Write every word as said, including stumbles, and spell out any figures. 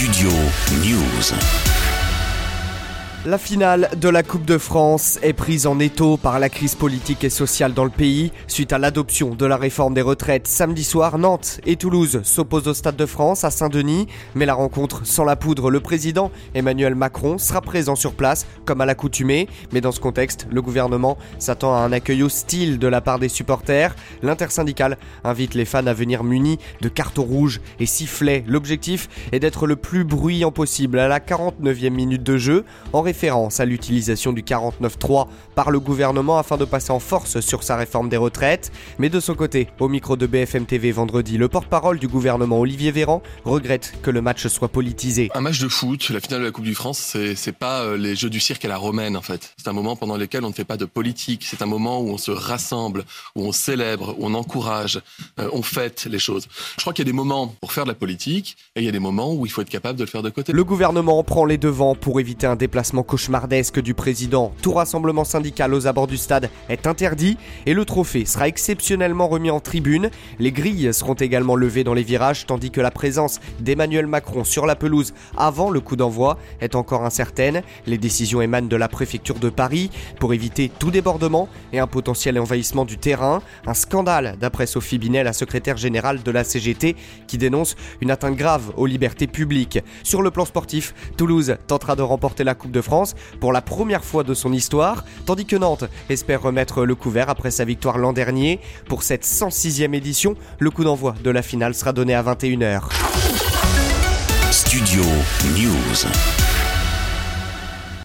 Studio News. La finale de la Coupe de France est prise en étau par la crise politique et sociale dans le pays. Suite à l'adoption de la réforme des retraites samedi soir, Nantes et Toulouse s'opposent au Stade de France à Saint-Denis. Mais la rencontre sans la poudre, le président Emmanuel Macron sera présent sur place comme à l'accoutumée. Mais dans ce contexte, le gouvernement s'attend à un accueil hostile de la part des supporters. L'intersyndicale invite les fans à venir munis de cartons rouges et sifflets. L'objectif est d'être le plus bruyant possible à la quarante-neuvième minute de jeu, en référence à l'utilisation du quarante-neuf trois par le gouvernement afin de passer en force sur sa réforme des retraites. Mais de son côté, au micro de B F M T V vendredi, le porte-parole du gouvernement Olivier Véran regrette que le match soit politisé. Un match de foot, la finale de la Coupe du France, c'est, c'est pas les jeux du cirque à la romaine en fait. C'est un moment pendant lequel on ne fait pas de politique, c'est un moment où on se rassemble, où on célèbre, où on encourage, euh, on fête les choses. Je crois qu'il y a des moments pour faire de la politique et il y a des moments où il faut être capable de le faire de côté. Le gouvernement prend les devants pour éviter un déplacement cauchemardesque du président. Tout rassemblement syndical aux abords du stade est interdit et le trophée sera exceptionnellement remis en tribune. Les grilles seront également levées dans les virages tandis que la présence d'Emmanuel Macron sur la pelouse avant le coup d'envoi est encore incertaine. Les décisions émanent de la préfecture de Paris pour éviter tout débordement et un potentiel envahissement du terrain. Un scandale d'après Sophie Binet, la secrétaire générale de la C G T, qui dénonce une atteinte grave aux libertés publiques. Sur le plan sportif, Toulouse tentera de remporter la Coupe de France pour la première fois de son histoire, tandis que Nantes espère remettre le couvert après sa victoire l'an dernier. Pour cette cent sixième édition, le coup d'envoi de la finale sera donné à vingt et une heures. Studio News.